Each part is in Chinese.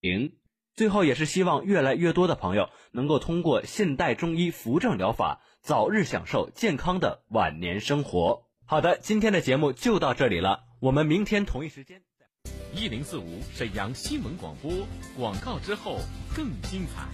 平。最后也是希望越来越多的朋友能够通过现代中医扶正疗法，早日享受健康的晚年生活。好的，今天的节目就到这里了，我们明天同一时间 1045沈阳新闻广播，广告之后更精彩。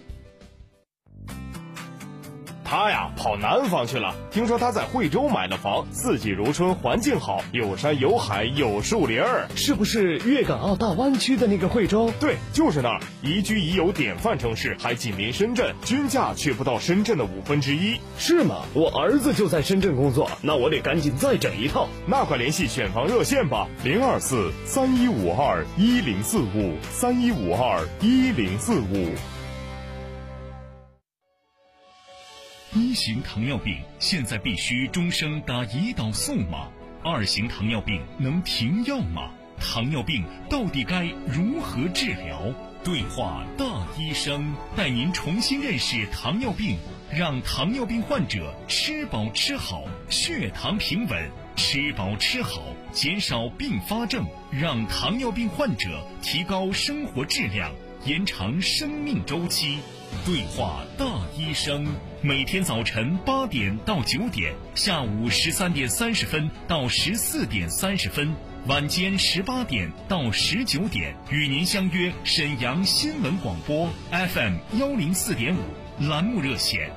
他呀跑南方去了，听说他在惠州买了房，四季如春，环境好，有山有海有树林儿。 是不是粤港澳大湾区的那个惠州？ 对，就是那儿，宜居宜游典范城市，还紧邻深圳，均价却不到深圳的1/5。 是吗？我儿子就在深圳工作，那我得赶紧再整一套。 那快联系选房热线吧，0243152145，31521045。 1型糖尿病现在必须终生打胰岛素吗？2型糖尿病能停药吗？糖尿病到底该如何治疗？对话大医生，带您重新认识糖尿病，让糖尿病患者吃饱吃好，血糖平稳，吃饱吃好，减少并发症，让糖尿病患者提高生活质量，延长生命周期。对话大医生，每天早晨8点到9点，下午13点30分到14点30分，晚间18点到19点，与您相约沈阳新闻广播 FM 104.5，栏目热线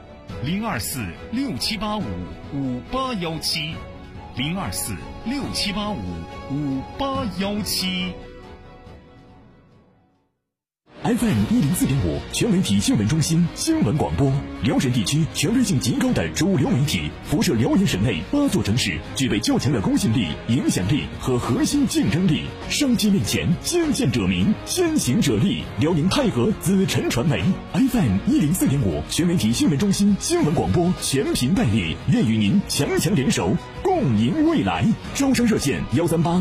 024-6785-5817，024-6785-5817。 FM 104.5全媒体新闻中心新闻广播，辽沈地区权威性极高的主流媒体，辐射辽宁省内8座城市，具备较强的公信力、影响力和核心竞争力。商机面前，先见者明，先行者立。辽宁泰和紫辰传媒 FM 104.5全媒体新闻中心新闻广播全频代理，愿与您强强联手，共赢未来。招商热线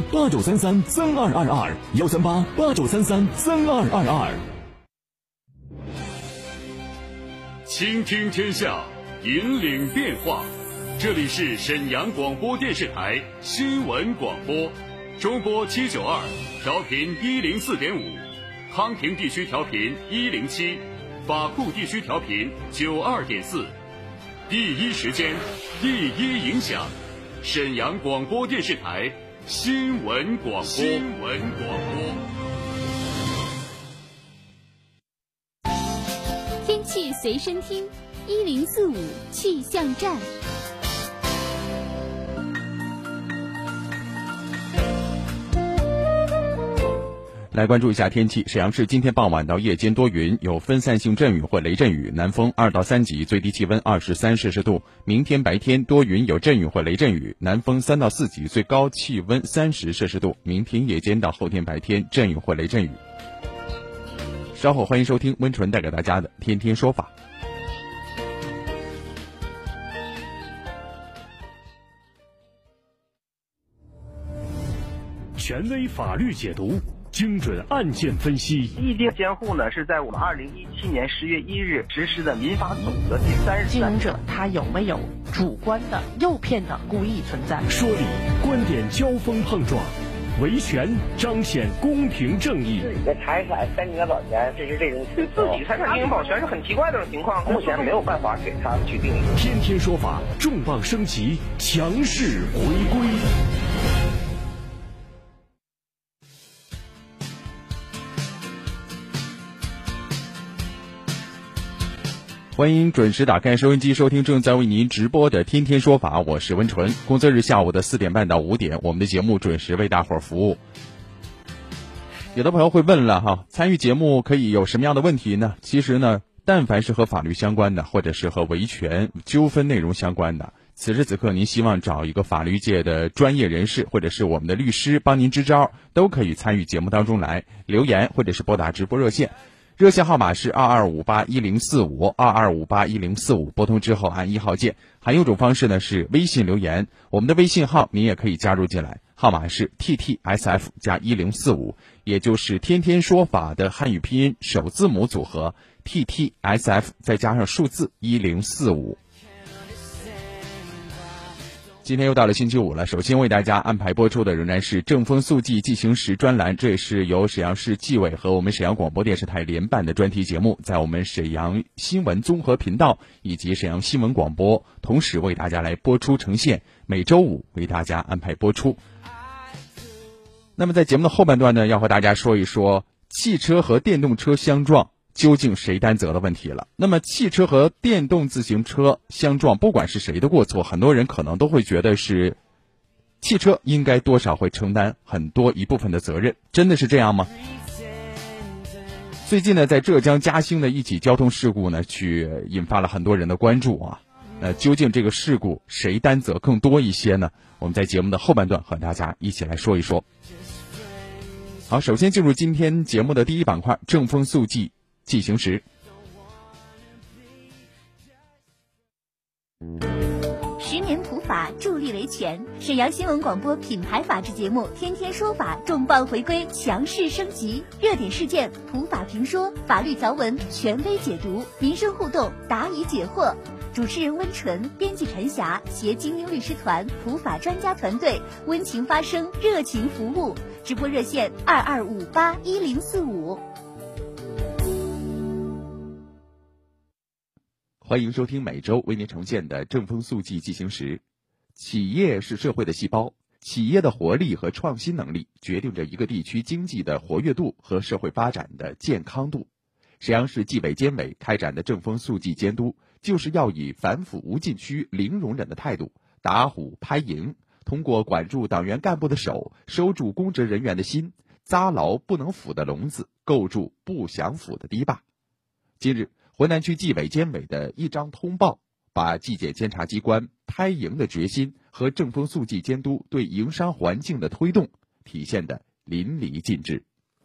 13893333222，13889333222。 倾听天下，引领变化。这里是沈阳广播电视台新闻广播，中波792，调频104.5，康平地区调频107，法库地区调频92.4。第一时间，第一影响，沈阳广播电视台新闻广播。 天气随身听1045气象站。 来关注一下天气，沈阳市今天傍晚到夜间多云，有分散性阵雨或雷阵雨，南风2到3级，最低气温23摄氏度。明天白天多云有阵雨或雷阵雨，南风3到4级，最高气温30摄氏度。明天夜间到后天白天阵雨或雷阵雨。稍后欢迎收听温纯带给大家的天天说法。 权威法律解读，精准案件分析。 意定监护呢，是在我们2017年10月1日实施的民法总则第33。 经营者他有没有主观的诱骗的故意存在？ 说理，观点交锋碰撞，维权彰显公平正义。 自己的财产3年保全，这是这种对自己财产进行保全是很奇怪的情况，目前没有办法给他去定义。 天天说法，重磅升级，强势回归。 欢迎准时打开收音机，收听正在为您直播的天天说法，我是温纯。工作日下午的4点半到5点，我们的节目准时为大伙儿服务。有的朋友会问了哈，参与节目可以有什么样的问题呢？其实呢，但凡是和法律相关的，或者是和维权纠纷内容相关的，此时此刻您希望找一个法律界的专业人士，或者是我们的律师帮您支招，都可以参与节目当中来留言，或者是拨打直播热线。热线号码是22581045，22581045，拨通之后按1号键。还有一种方式呢是微信留言，我们的微信号您也可以加入进来，号码是 TTSF 加1045，也就是天天说法的汉语拼音首字母组合 TTSF 再加上数字1045。 今天又到了星期五了，首先为大家安排播出的仍然是正风速记进行时专栏，这也是由沈阳市纪委和我们沈阳广播电视台联办的专题节目，在我们沈阳新闻综合频道以及沈阳新闻广播同时为大家来播出呈现，每周五为大家安排播出。那么在节目的后半段呢，要和大家说一说汽车和电动车相撞究竟谁担责的问题了。那么汽车和电动自行车相撞，不管是谁的过错，很多人可能都会觉得是汽车应该多少会承担很多一部分的责任，真的是这样吗？最近呢，在浙江嘉兴的一起交通事故呢，引发了很多人的关注啊。究竟这个事故谁担责更多一些呢？我们在节目的后半段和大家一起来说一说。好，首先进入今天节目的第一板块，正风速记记行时。 10年普法助力维权，沈阳新闻广播品牌法制节目《天天说法》重磅回归，强势升级，热点事件普法评说，法律条文权威解读，民生互动答疑解惑。主持人温纯，编辑陈霞，携精英律师团、普法专家团队，温情发声，热情服务。直播热线22581045。 欢迎收听每周为您呈现的正风速记记行时。企业是社会的细胞，企业的活力和创新能力决定着一个地区经济的活跃度和社会发展的健康度。沈阳市纪委监委开展的正风速记监督，就是要以反腐无禁区、零容忍的态度，打虎拍蝇，通过管住党员干部的手，收住公职人员的心，扎牢不能腐的笼子，构筑不想腐的堤坝。近日，浑南区纪委监委的一张通报，把纪检监察机关拍蝇的决心和正风速记监督对营商环境的推动体现得淋漓尽致。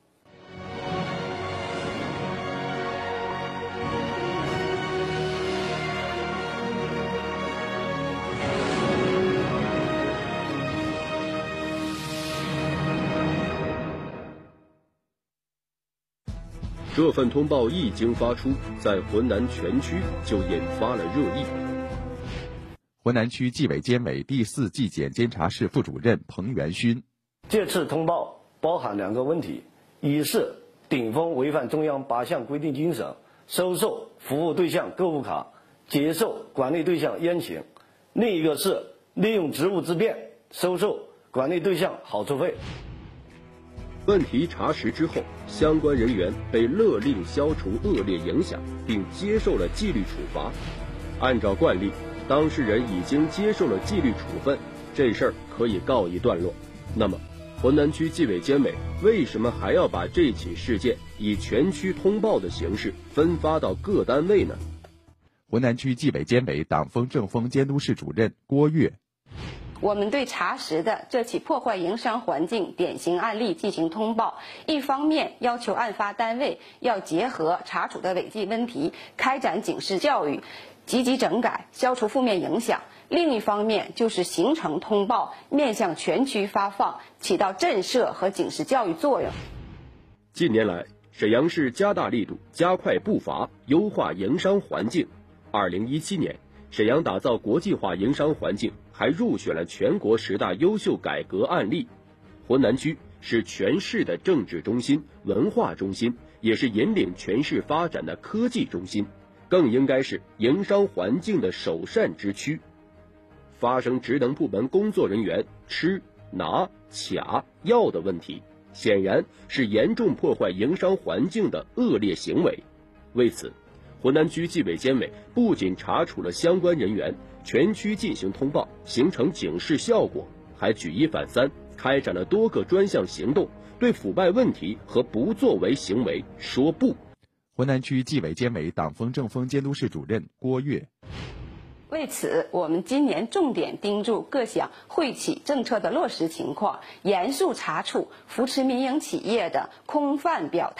这份通报一经发出，在浑南全区就引发了热议。 浑南区纪委监委第4纪检监察室副主任彭元勋， 这次通报包含2个问题，一是顶风违反中央8项规定精神，收受服务对象购物卡，接受管理对象宴请；另一个是利用职务之便收受管理对象好处费。 问题查实之后，相关人员被勒令消除恶劣影响，并接受了纪律处罚。按照惯例，当事人已经接受了纪律处分，这事儿可以告一段落。那么，浑南区纪委监委为什么还要把这起事件以全区通报的形式分发到各单位呢？ 浑南区纪委监委党风政风监督室主任郭跃， 我们对查实的这起破坏营商环境典型案例进行通报，一方面要求案发单位要结合查处的违纪问题，开展警示教育，积极整改，消除负面影响；另一方面就是形成通报，面向全区发放，起到震慑和警示教育作用。 近年来，沈阳市加大力度，加快步伐，优化营商环境。2017年，沈阳打造国际化营商环境，还入选了全国10大优秀改革案例。浑南区是全市的政治中心、文化中心，也是引领全市发展的科技中心，更应该是营商环境的首善之区。发生职能部门工作人员吃、拿、卡、要的问题，显然是严重破坏营商环境的恶劣行为。为此，浑南区纪委监委不仅查处了相关人员，全区进行通报，形成警示效果，还举一反三，开展了多个专项行动，对腐败问题和不作为行为说不。 浑南区纪委监委党风政风监督室主任郭跃， 为此，我们今年重点盯住各项惠企政策的落实情况，严肃查处扶持民营企业的空泛表态、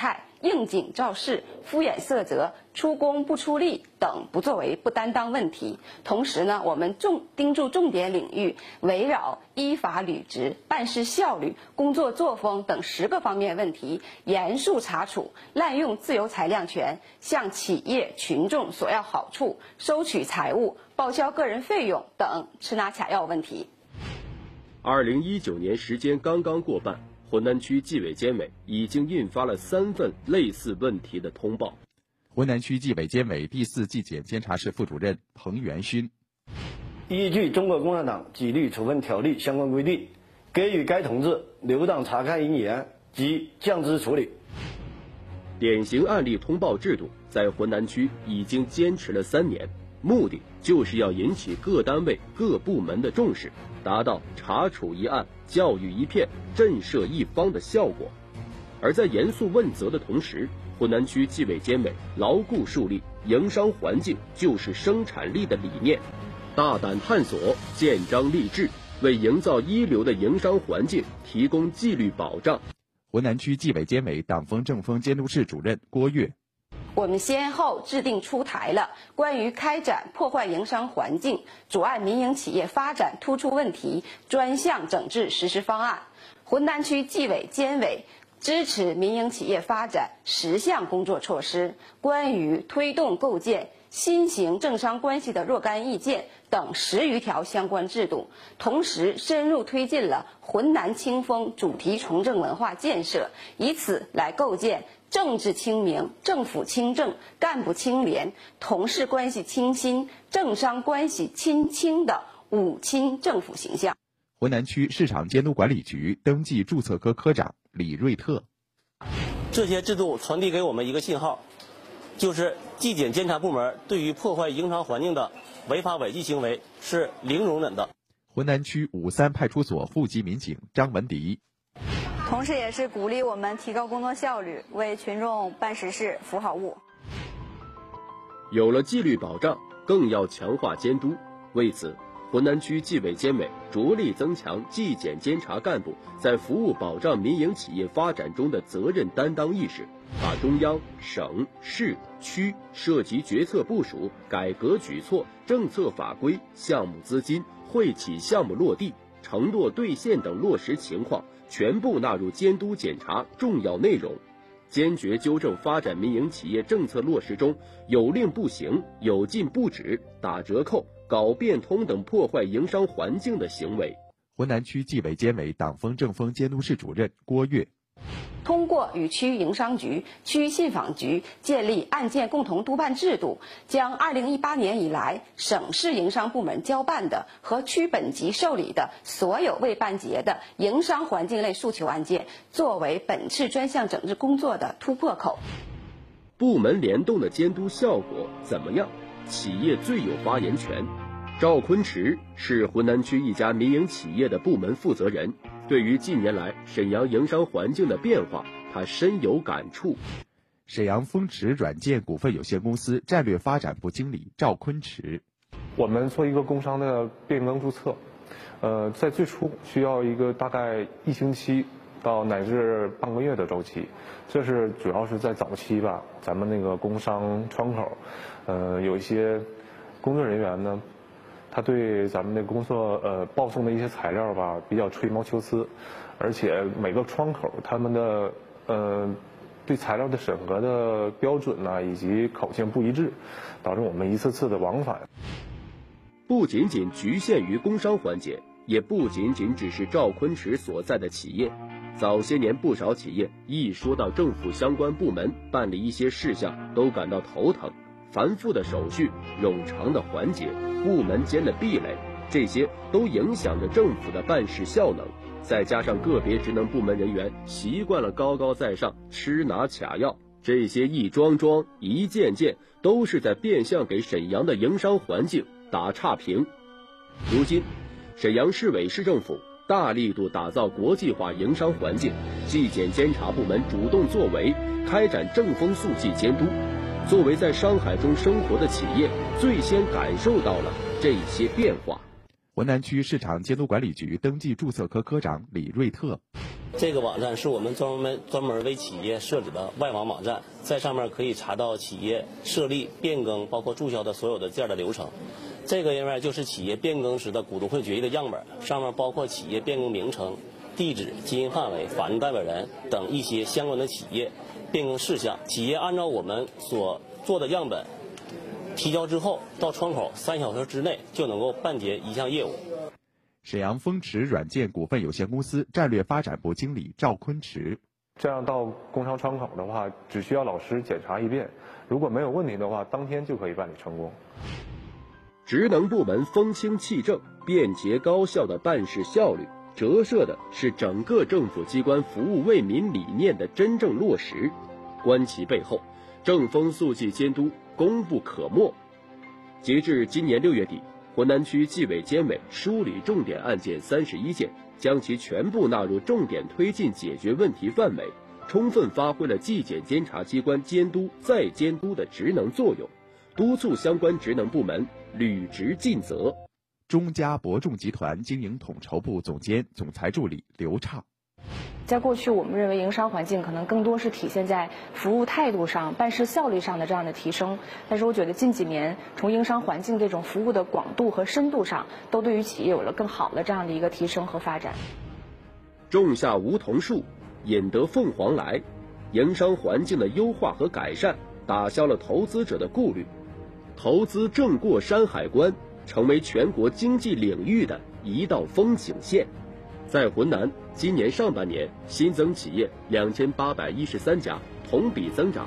应景造势、敷衍塞责、出工不出力等不作为、不担当问题。同时呢，我们盯住重点领域，围绕依法履职、办事效率、工作作风等10个方面问题，严肃查处滥用自由裁量权、向企业群众索要好处、收取财物、报销个人费用等吃拿卡要问题。 2019年时间刚刚过半，浑南区纪委监委已经印发了3份类似问题的通报。 浑南区纪委监委第4纪检监察室副主任彭元勋： 依据《中国共产党纪律处分条例》相关规定，给予该同志留档察看1年及降职处理。 典型案例通报制度在浑南区已经坚持了3年，目的就是要引起各单位各部门的重视，达到查处一案、教育一片、震慑一方的效果。而在严肃问责的同时，浑南区纪委监委牢固树立营商环境就是生产力的理念，大胆探索，建章立制，为营造一流的营商环境提供纪律保障。 浑南区纪委监委党风政风监督室主任郭跃： 我们先后制定出台了关于开展破坏营商环境、阻碍民营企业发展突出问题专项整治实施方案。浑南区纪委监委支持民营企业发展10项工作措施，关于推动构建新型政商关系的若干意见等10余条相关制度，同时深入推进了浑南清风主题从政文化建设，以此来构建政治清明、政府清正、干部清廉、同事关系清新、政商关系亲清的5亲政府形象。 浑南区市场监督管理局登记注册科科长李瑞特： 这些制度传递给我们一个信号，就是纪检监察部门对于破坏营商环境的违法违纪行为是零容忍的。 浑南区53派出所副级民警张文迪： 同时也是鼓励我们提高工作效率，为群众办实事、服好务。 有了纪律保障，更要强化监督。为此，浑南区纪委监委着力增强纪检监察干部在服务保障民营企业发展中的责任担当意识，把中央、省、市、区涉及决策部署、改革举措、政策法规、项目资金、惠企项目落地、承诺兑现等落实情况全部纳入监督检查重要内容，坚决纠正发展民营企业政策落实中有令不行、有禁不止、打折扣、搞变通等破坏营商环境的行为。 浑南区纪委监委党风政风监督室主任郭跃： 通过与区营商局、区信访局建立案件共同督办制度，将2018年以来省市营商部门交办的和区本级受理的所有未办结的营商环境类诉求案件，作为本次专项整治工作的突破口。 部门联动的监督效果怎么样？企业最有发言权。赵坤池是浑南区一家民营企业的部门负责人，对于近年来沈阳营商环境的变化，他深有感触。 沈阳丰驰软件股份有限公司战略发展部经理赵坤池： 我们做一个工商的变更注册，在最初需要一个大概1星期到乃至半个月的周期，这是主要是在早期吧。咱们那个工商窗口，有一些工作人员呢，他对咱们的工作报送的一些材料吧比较吹毛求疵，而且每个窗口他们的对材料的审核的标准呢以及口径不一致，导致我们一次次的往返。 不仅仅局限于工商环节，也不仅仅只是赵坤池所在的企业。早些年不少企业一说到政府相关部门办理一些事项都感到头疼，繁复的手续、冗长的环节、部门间的壁垒，这些都影响着政府的办事效能。再加上个别职能部门人员习惯了高高在上、吃拿卡要，这些一桩桩、一件件，都是在变相给沈阳的营商环境打差评。如今，沈阳市委市政府大力度打造国际化营商环境，纪检监察部门主动作为，开展正风肃纪监督。作为在商海中生活的企业，最先感受到了这些变化。 浑南区市场监督管理局登记注册科科长李瑞特： 这个网站是我们专门为企业设置的外网网站，在上面可以查到企业设立、变更包括注销的所有的这样的流程。这个页面就是企业变更时的股东会决议的样本，上面包括企业变更名称、地址、经营范围、法定代表人等一些相关的企业变更事项。企业按照我们所做的样本提交之后，到窗口3小时之内就能够办结一项业务。 沈阳风驰软件股份有限公司战略发展部经理赵坤驰， 这样到工商窗口的话，只需要老师检查一遍，如果没有问题的话，当天就可以办理成功。 职能部门风清气正、便捷高效的办事效率，折射的是整个政府机关服务为民理念的真正落实。观其背后，正风肃纪监督功不可没。截至今年6月底，浑南区纪委监委梳理重点案件31件，将其全部纳入重点推进解决问题范围，充分发挥了纪检监察机关监督再监督的职能作用，督促相关职能部门履职尽责。 中嘉博众集团经营统筹部总监、总裁助理刘畅。 在过去，我们认为营商环境可能更多是体现在服务态度上、办事效率上的这样的提升。但是我觉得近几年，从营商环境这种服务的广度和深度上，都对于企业有了更好的这样的一个提升和发展。 种下梧桐树，引得凤凰来。营商环境的优化和改善，打消了投资者的顾虑，投资正过山海关，成为全国经济领域的一道风景线。在浑南，今年上半年新增企业2813家，同比增长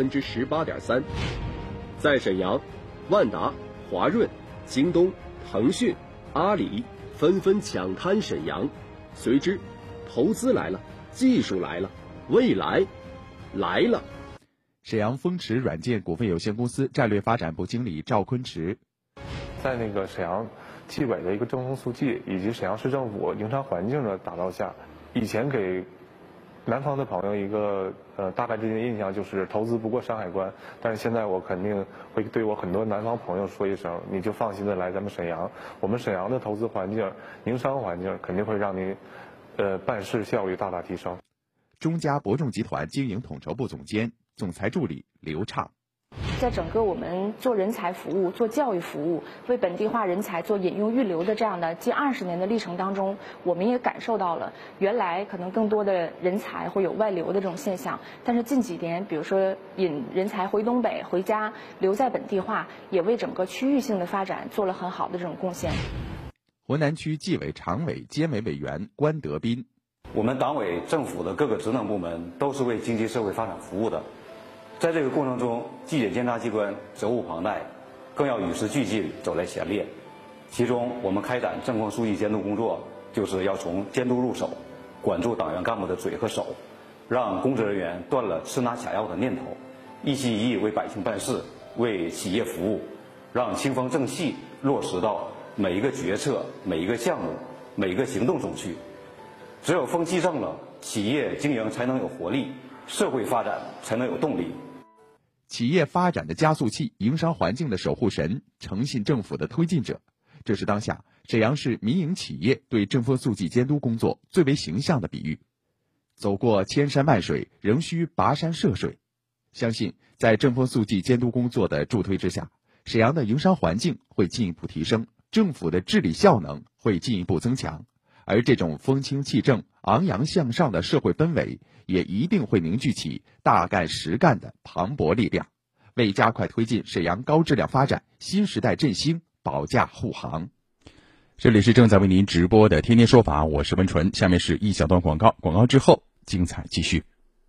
18.3%。在沈阳，万达、华润、京东、腾讯、阿里纷纷抢滩沈阳，随之，投资来了，技术来了，未来来了。 沈阳风驰软件股份有限公司战略发展部经理赵坤驰， 在沈阳纪委的一个正风肃纪以及沈阳市政府营商环境的打造下，以前给南方的朋友一个大概之间的印象就是投资不过山海关，但是现在我肯定会对我很多南方朋友说一声，你就放心的来咱们沈阳，我们沈阳的投资环境、营商环境肯定会让您办事效率大大提升。 中嘉博众集团经营统筹部总监、总裁助理刘畅。 在整个我们做人才服务、做教育服务、为本地化人才做引用预留的这样的近20年的历程当中，我们也感受到了原来可能更多的人才会有外流的这种现象，但是近几年，比如说引人才回东北、回家，留在本地化，也为整个区域性的发展做了很好的这种贡献。 浑南区纪委常委监委委员关德斌， 我们党委政府的各个职能部门都是为经济社会发展服务的。在这个过程中，纪检监察机关责无旁贷，更要与时俱进，走在前列。其中，我们开展正风肃纪监督工作，就是要从监督入手，管住党员干部的嘴和手，让公职人员断了吃拿卡要的念头，一心一意为百姓办事，为企业服务，让清风正气落实到每一个决策、每一个项目、每一个行动中去。只有风气正了，企业经营才能有活力，社会发展才能有动力。 企业发展的加速器，营商环境的守护神，诚信政府的推进者，这是当下沈阳市民营企业对正风肃纪监督工作最为形象的比喻。走过千山万水，仍需跋山涉水。相信在正风肃纪监督工作的助推之下，沈阳的营商环境会进一步提升，政府的治理效能会进一步增强，而这种风清气正、昂扬向上的社会氛围，也一定会凝聚起大干实干的磅礴力量，为加快推进沈阳高质量发展、新时代振兴保驾护航。这里是正在为您直播的天天说法，我是温纯。下面是一小段广告，广告之后精彩继续。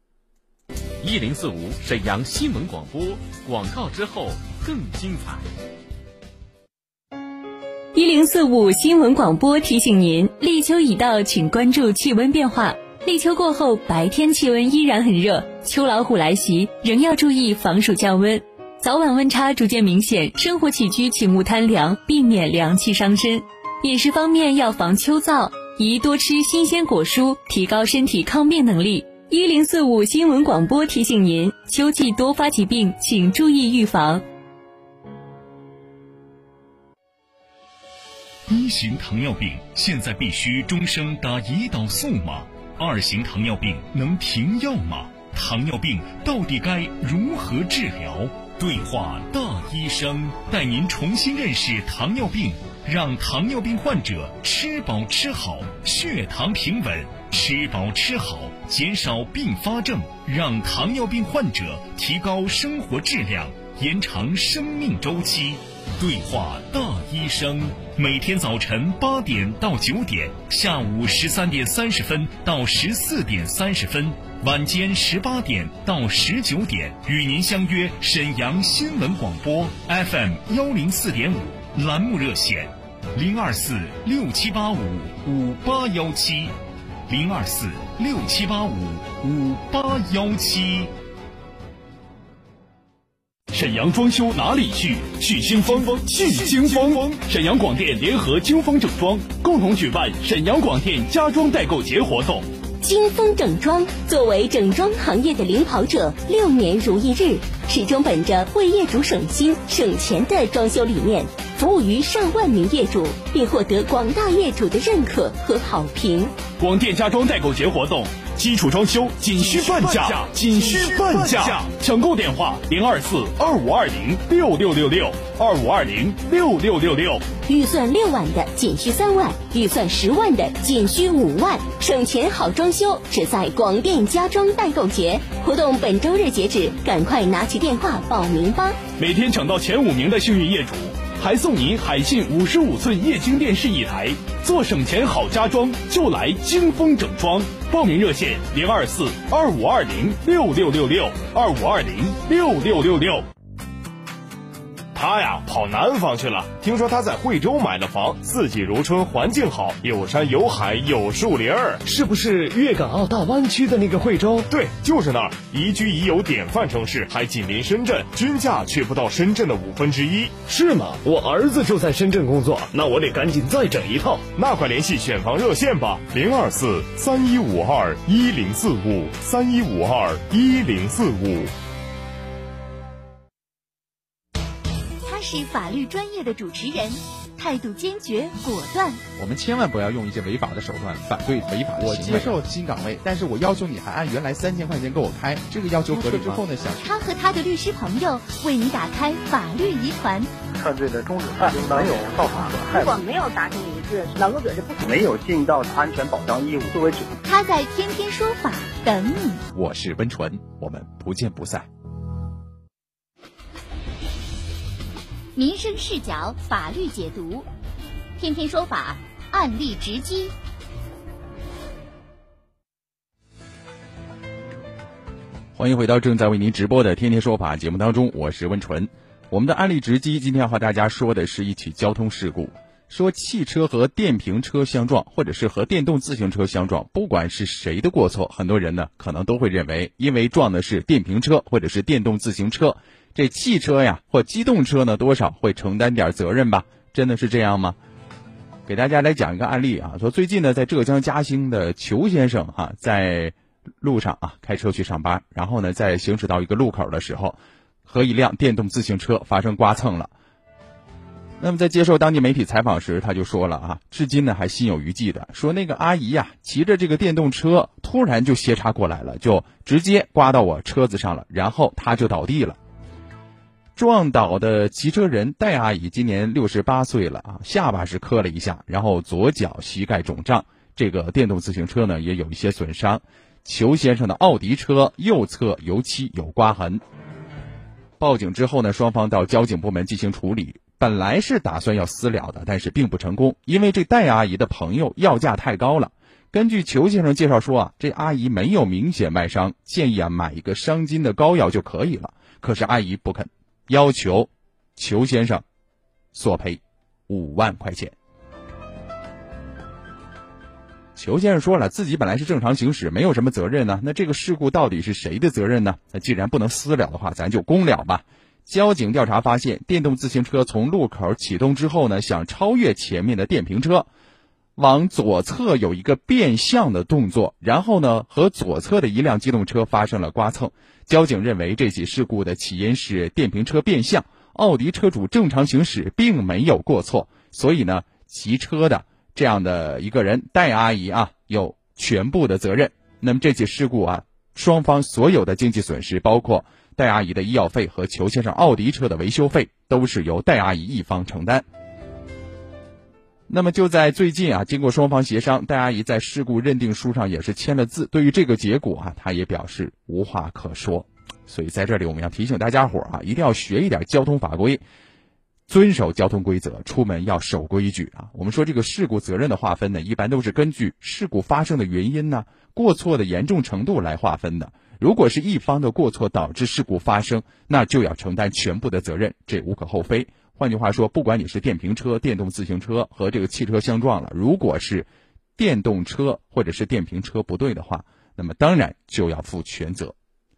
1045沈阳新闻广播，广告之后更精彩。 1045新闻广播提醒您，立秋已到，请关注气温变化。立秋过后，白天气温依然很热，秋老虎来袭，仍要注意防暑降温。早晚温差逐渐明显，生活起居请勿贪凉，避免凉气伤身。饮食方面要防秋燥，宜多吃新鲜果蔬，提高身体抗病能力。1045新闻广播提醒您，秋季多发疾病，请注意预防。 1型糖尿病现在必须终生打胰岛素吗？ 2型糖尿病能停药吗？糖尿病到底该如何治疗？对话大医生，带您重新认识糖尿病，让糖尿病患者吃饱吃好，血糖平稳，吃饱吃好，减少并发症，让糖尿病患者提高生活质量，延长生命周期。对话大医生，每天早晨8点到9点，下午13点30分到14点30分，晚间18点到19点，与您相约沈阳新闻广播 FM 104.5，栏目热线024-6785-5817，024-6785-5817。 沈阳装修哪里去？去京风，去京风！沈阳广电联合京风整装共同举办沈阳广电家装代购节活动。 京风整装作为整装行业的领跑者，6年如一日，始终本着为业主省心省钱的装修理念，服务于上万名业主，并获得广大业主的认可和好评。 广电家装代购节活动，基础装修仅需半价，仅需半价！抢购电话：24-2520-6666，2520-6666。 预算6万的仅需3万，预算10万的仅需5万，省钱好装修只在广电家装代购节活动，本周日截止，赶快拿起电话报名吧！ 每天抢到前5名的幸运业主，还送你海信55寸液晶电视1台。做省钱好家装，就来京风整装。报名热线：24-2520-6666，2520-6666。 他呀跑南方去了，听说他在惠州买了房，四季如春，环境好，有山有海有树林儿。 是不是粤港澳大湾区的那个惠州？ 对，就是那儿，宜居宜游典范城市，还紧邻深圳，均价却不到深圳的1/5。 是吗？我儿子就在深圳工作，那我得赶紧再整一套。 那快联系选房热线吧，0243152105，31521045。 是法律专业的主持人，态度坚决果断。 我们千万不要用一些违法的手段反对违法的行为。我接受新岗位，但是我要求你还按原来3000块钱给我开，这个要求合理之后呢，想他和他的律师朋友为你打开法律疑团。 犯罪的终止犯没有造法所害， 如果没有达成一致，劳动者是不可能没有尽到安全保障义务作为主。 他在天天说法等你。 我是温纯，我们不见不散。 民生视角，法律解读，天天说法，案例直击。 欢迎回到正在为您直播的天天说法节目当中，我是温纯。我们的案例直击今天要和大家说的是一起交通事故，说汽车和电瓶车相撞，或者是和电动自行车相撞，不管是谁的过错，很多人呢可能都会认为，因为撞的是电瓶车或者是电动自行车，这汽车呀或机动车呢多少会承担点责任吧？真的是这样吗？给大家来讲一个案例啊，说最近呢在浙江嘉兴的裘先生在路上开车去上班，然后呢在行驶到一个路口的时候，和一辆电动自行车发生刮蹭了。那么在接受当地媒体采访时，他就说了至今呢还心有余悸的，说那个阿姨骑着这个电动车突然就斜插过来了，就直接刮到我车子上了，然后他就倒地了。撞倒的骑车人戴阿姨今年68岁了下巴是磕了一下，然后左脚膝盖肿胀，这个电动自行车呢也有一些损伤。裘先生的奥迪车右侧油漆有刮痕。报警之后呢，双方到交警部门进行处理，本来是打算要私了的，但是并不成功，因为这戴阿姨的朋友要价太高了。根据裘先生介绍说这阿姨没有明显外伤，建议买一个伤筋的膏药就可以了，可是阿姨不肯，要求裘先生索赔5万块钱。裘先生说了，自己本来是正常行驶，没有什么责任呢，那这个事故到底是谁的责任呢？那既然不能私了的话，咱就公了吧。交警调查发现，电动自行车从路口启动之后呢，想超越前面的电瓶车，往左侧有一个变向的动作，然后呢和左侧的一辆机动车发生了刮蹭。交警认为这起事故的起因是电瓶车变向，奥迪车主正常行驶并没有过错，所以呢骑车的这样的一个人戴阿姨有全部的责任。那么这起事故啊，双方所有的经济损失，包括戴阿姨的医药费和裘先生奥迪车的维修费，都是由戴阿姨一方承担。那么就在最近啊，经过双方协商，戴阿姨在事故认定书上也是签了字，对于这个结果啊，她也表示无话可说。所以在这里我们要提醒大家伙啊，一定要学一点交通法规，遵守交通规则，出门要守规矩啊。我们说这个事故责任的划分呢，一般都是根据事故发生的原因呢、过错的严重程度来划分的。如果是一方的过错导致事故发生，那就要承担全部的责任，这无可厚非。换句话说，不管你是电瓶车、电动自行车和这个汽车相撞了，如果是电动车或者是电瓶车不对的话，那么当然就要负全责。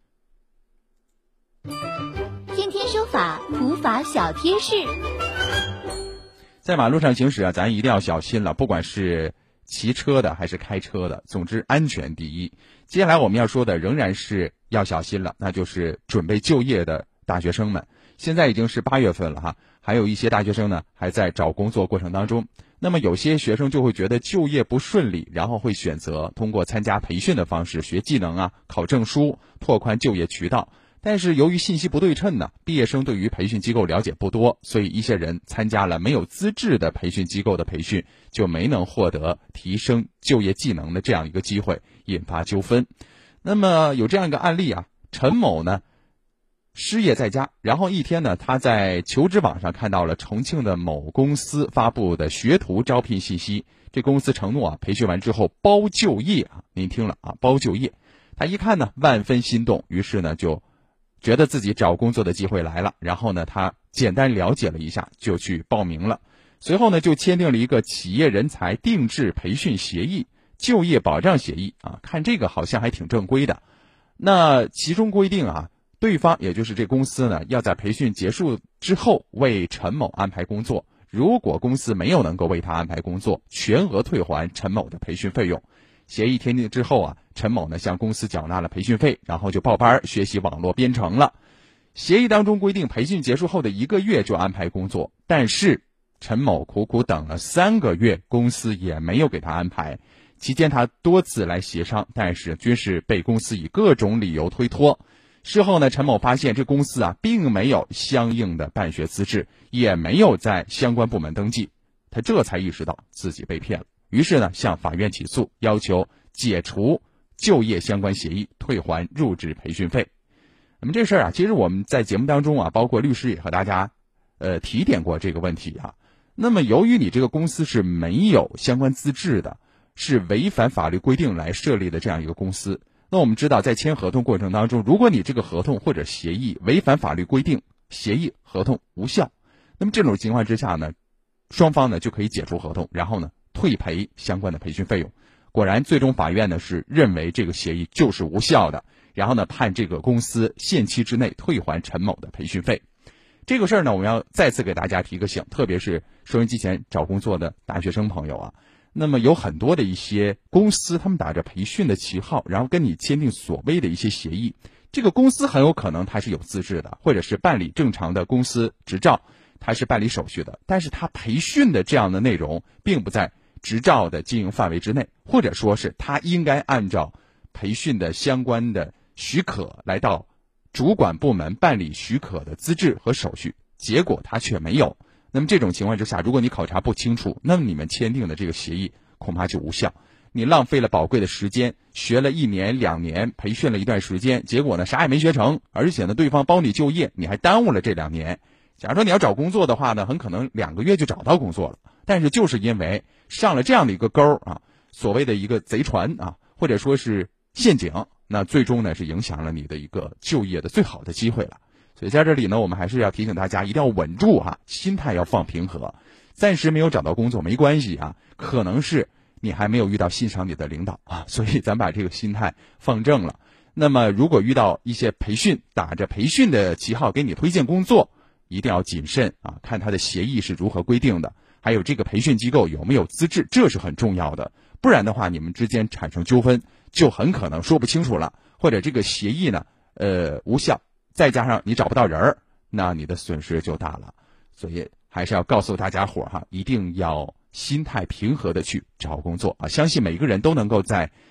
天天说法，普法小贴士。 在马路上行驶啊，咱一定要小心了，不管是骑车的还是开车的，总之安全第一。接下来我们要说的仍然是要小心了，那就是准备就业的大学生们。现在已经是8月份了哈，还有一些大学生呢还在找工作过程当中。那么有些学生就会觉得就业不顺利，然后会选择通过参加培训的方式学技能啊，考证书，拓宽就业渠道。但是由于信息不对称呢，毕业生对于培训机构了解不多，所以一些人参加了没有资质的培训机构的培训，就没能获得提升就业技能的这样一个机会，引发纠纷。那么有这样一个案例啊，陈某呢失业在家，然后一天呢，他在求职网上看到了重庆的某公司发布的学徒招聘信息，这公司承诺啊，培训完之后包就业啊，您听了啊，包就业。他一看呢，万分心动，于是呢就觉得自己找工作的机会来了，然后呢他简单了解了一下就去报名了。随后呢就签订了一个企业人才定制培训协议、就业保障协议啊，看这个好像还挺正规的。那其中规定啊，对方也就是这公司呢，要在培训结束之后为陈某安排工作，如果公司没有能够为他安排工作，全额退还陈某的培训费用。协议签订之后啊，陈某呢向公司缴纳了培训费，然后就报班学习网络编程了。协议当中规定，培训结束后的1个月就安排工作，但是陈某苦苦等了3个月，公司也没有给他安排。期间他多次来协商，但是均是被公司以各种理由推脱。事后呢，陈某发现这公司啊并没有相应的办学资质，也没有在相关部门登记，他这才意识到自己被骗了。于是呢，向法院起诉，要求解除就业相关协议，退还入职培训费。那么这事儿啊，其实我们在节目当中啊，包括律师也和大家提点过这个问题啊。那么由于你这个公司是没有相关资质的，是违反法律规定来设立的这样一个公司，那我们知道在签合同过程当中，如果你这个合同或者协议违反法律规定，协议合同无效，那么这种情况之下呢，双方呢就可以解除合同，然后呢退赔相关的培训费用。果然最终法院呢是认为这个协议就是无效的，然后呢判这个公司限期之内退还陈某的培训费。这个事儿呢，我们要再次给大家提个醒，特别是收音机前找工作的大学生朋友啊。那么有很多的一些公司，他们打着培训的旗号，然后跟你签订所谓的一些协议。这个公司很有可能它是有资质的，或者是办理正常的公司执照，它是办理手续的，但是它培训的这样的内容并不在执照的经营范围之内，或者说是他应该按照培训的相关的许可来到主管部门办理许可的资质和手续，结果他却没有。那么这种情况之下，如果你考察不清楚，那么你们签订的这个协议恐怕就无效。你浪费了宝贵的时间，学了1年2年，培训了一段时间，结果呢啥也没学成，而且呢对方包你就业，你还耽误了这2年。假如说你要找工作的话呢，很可能2个月就找到工作了。但是就是因为上了这样的一个钩啊，所谓的一个贼船啊，或者说是陷阱，那最终呢是影响了你的一个就业的最好的机会了。所以在这里呢，我们还是要提醒大家一定要稳住啊，心态要放平和。暂时没有找到工作没关系啊，可能是你还没有遇到欣赏你的领导啊，所以咱把这个心态放正了。那么如果遇到一些培训，打着培训的旗号给你推荐工作，一定要谨慎啊，看他的协议是如何规定的，还有这个培训机构有没有资质，这是很重要的。不然的话，你们之间产生纠纷，就很可能说不清楚了，或者这个协议呢无效，再加上你找不到人，那你的损失就大了。所以还是要告诉大家伙哈，一定要心态平和的去找工作啊！相信每个人都能够在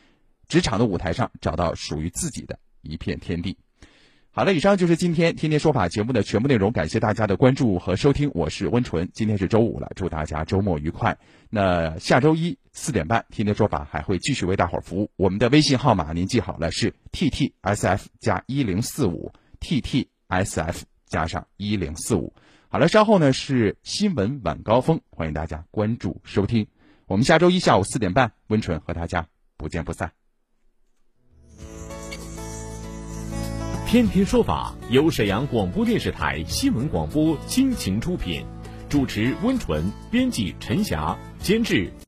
职场的舞台上找到属于自己的一片天地。好了，以上就是今天天天说法节目的全部内容，感谢大家的关注和收听，我是温纯。今天是周五了，祝大家周末愉快。那下周一4点半，天天说法还会继续为大伙儿服务。我们的微信号码您记好了，是 TTSF 加1045 TTSF 加上1045。好了，稍后呢是新闻晚高峰，欢迎大家关注收听。我们下周一下午4点半，温纯和大家不见不散。 天天说法由沈阳广播电视台新闻广播倾情出品，主持温纯，编辑陈霞，监制